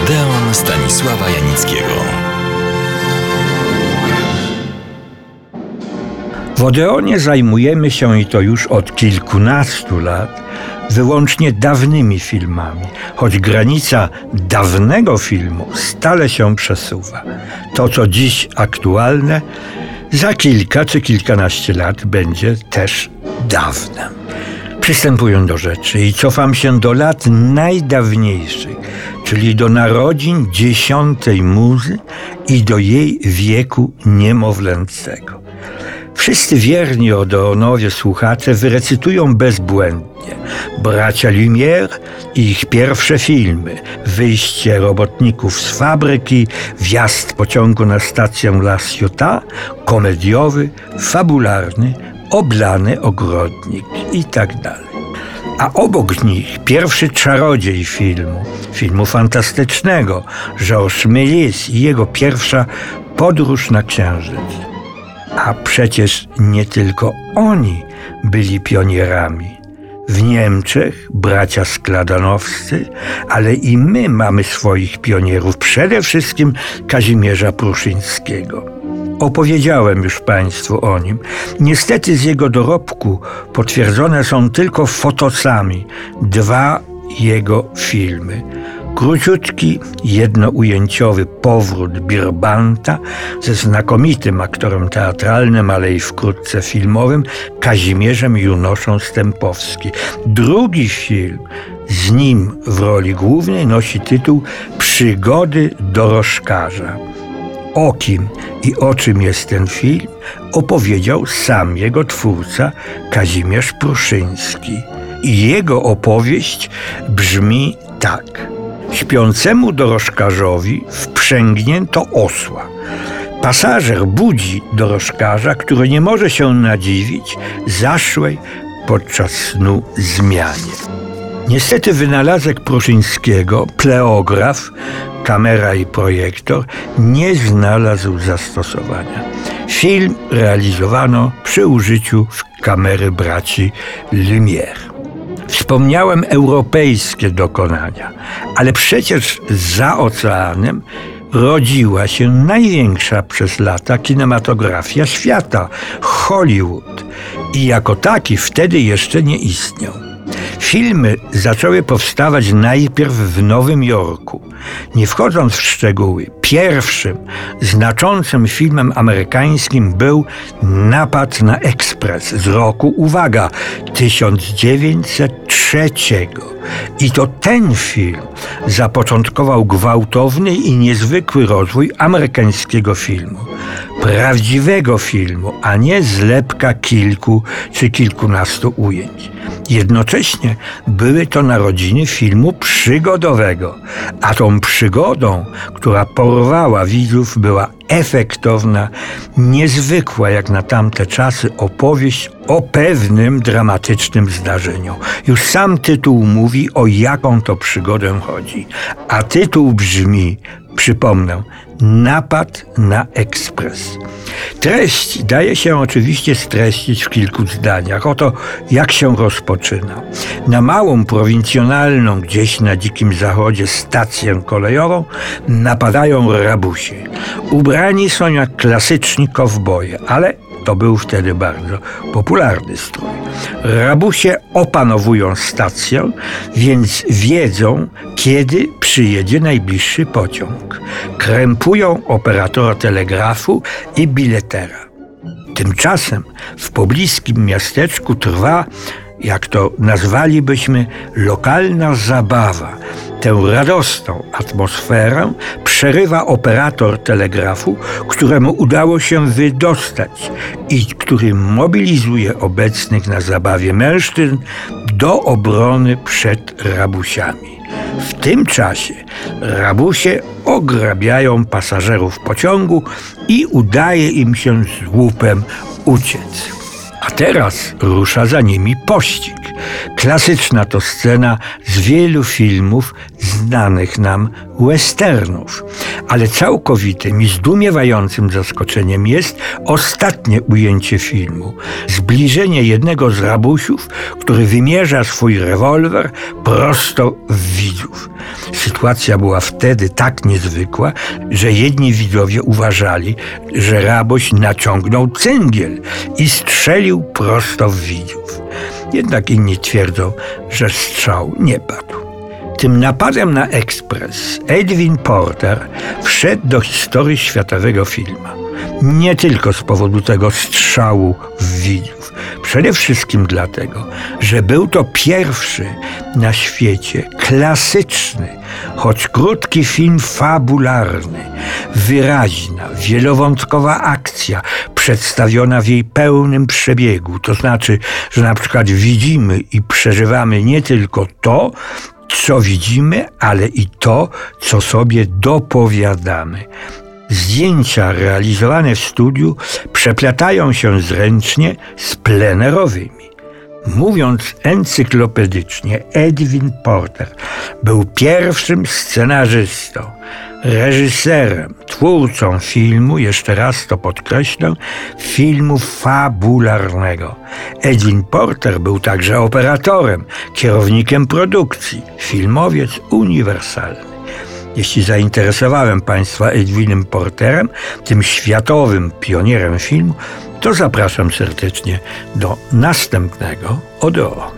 Odeon Stanisława Janickiego. W Odeonie zajmujemy się, i to już od kilkunastu lat, wyłącznie dawnymi filmami, choć granica dawnego filmu stale się przesuwa. To, co dziś aktualne, za kilka czy kilkanaście lat będzie też dawnem. Przystępuję do rzeczy i cofam się do lat najdawniejszych, czyli do narodzin 10. muzy i do jej wieku niemowlęcego. Wszyscy wierni Odeonowie słuchacze wyrecytują bezbłędnie Bracia Lumière i ich pierwsze filmy: wyjście robotników z fabryki, wjazd pociągu na stację La Ciotat, komediowy, fabularny, oblany ogrodnik i tak dalej. A obok nich pierwszy czarodziej filmu fantastycznego, Georges Méliès i jego pierwsza podróż na Księżyc. A przecież nie tylko oni byli pionierami. W Niemczech bracia Skladanowscy, ale i my mamy swoich pionierów, przede wszystkim Kazimierza Pruszyńskiego. Opowiedziałem już Państwu o nim. Niestety z jego dorobku potwierdzone są tylko fotosami 2 jego filmy. Króciutki, jednoujęciowy powrót Birbanta ze znakomitym aktorem teatralnym, ale i wkrótce filmowym Kazimierzem Junoszą Stępowskim. Drugi film z nim w roli głównej nosi tytuł Przygody dorożkarza. O kim i o czym jest ten film, opowiedział sam jego twórca Kazimierz Pruszyński. I jego opowieść brzmi tak. Śpiącemu dorożkarzowi wprzęgnięto osła. Pasażer budzi dorożkarza, który nie może się nadziwić zaszłej podczas snu zmianie. Niestety wynalazek Pruszyńskiego, pleograf, kamera i projektor, nie znalazł zastosowania. Film realizowano przy użyciu kamery braci Lumière. Wspomniałem europejskie dokonania, ale przecież za oceanem rodziła się największa przez lata kinematografia świata, Hollywood. I jako taki wtedy jeszcze nie istniał. Filmy zaczęły powstawać najpierw w Nowym Jorku. Nie wchodząc w szczegóły, pierwszym znaczącym filmem amerykańskim był Napad na Ekspres z roku, uwaga, 1903. I to ten film zapoczątkował gwałtowny i niezwykły rozwój amerykańskiego filmu. Prawdziwego filmu, a nie zlepka kilku czy kilkunastu ujęć. Jednocześnie były to narodziny filmu przygodowego, a tą przygodą, która porwała widzów, była efektowna, niezwykła jak na tamte czasy opowieść o pewnym dramatycznym zdarzeniu. Już sam tytuł mówi, o jaką to przygodę chodzi. A tytuł brzmi, przypomnę, Napad na Ekspres. Treść daje się oczywiście streścić w kilku zdaniach. Oto jak się rozpoczyna. Na małą, prowincjonalną, gdzieś na dzikim zachodzie stację kolejową napadają rabusie. Ubrani są jak klasyczni kowboje, ale to był wtedy bardzo popularny strój. Rabusie opanowują stację, więc wiedzą, kiedy przyjedzie najbliższy pociąg. Krępują operatora telegrafu i biletera. Tymczasem w pobliskim miasteczku trwa, jak to nazwalibyśmy, lokalna zabawa. Tę radosną atmosferę przerywa operator telegrafu, któremu udało się wydostać i który mobilizuje obecnych na zabawie mężczyzn do obrony przed rabusiami. W tym czasie rabusie ograbiają pasażerów pociągu i udaje im się z łupem uciec. A teraz rusza za nimi pościg. Klasyczna to scena z wielu filmów znanych nam westernów. Ale całkowitym i zdumiewającym zaskoczeniem jest ostatnie ujęcie filmu. Zbliżenie jednego z rabusiów, który wymierza swój rewolwer prosto w widzów. Sytuacja była wtedy tak niezwykła, że jedni widzowie uważali, że rabuś naciągnął cyngiel i strzelił prosto w widzów. Jednak inni twierdzą, że strzał nie padł. Tym napadem na ekspres Edwin Porter wszedł do historii światowego filmu. Nie tylko z powodu tego strzału w widzów. Przede wszystkim dlatego, że był to pierwszy na świecie klasyczny, choć krótki film fabularny. Wyraźna, wielowątkowa akcja przedstawiona w jej pełnym przebiegu. To znaczy, że na przykład widzimy i przeżywamy nie tylko to, co widzimy, ale i to, co sobie dopowiadamy. Zdjęcia realizowane w studiu przeplatają się zręcznie z plenerowymi. Mówiąc encyklopedycznie, Edwin Porter był pierwszym scenarzystą, reżyserem, twórcą filmu, jeszcze raz to podkreślę, filmu fabularnego. Edwin Porter był także operatorem, kierownikiem produkcji, filmowiec uniwersalny. Jeśli zainteresowałem Państwa Edwinem Porterem, tym światowym pionierem filmu, to zapraszam serdecznie do następnego ODO.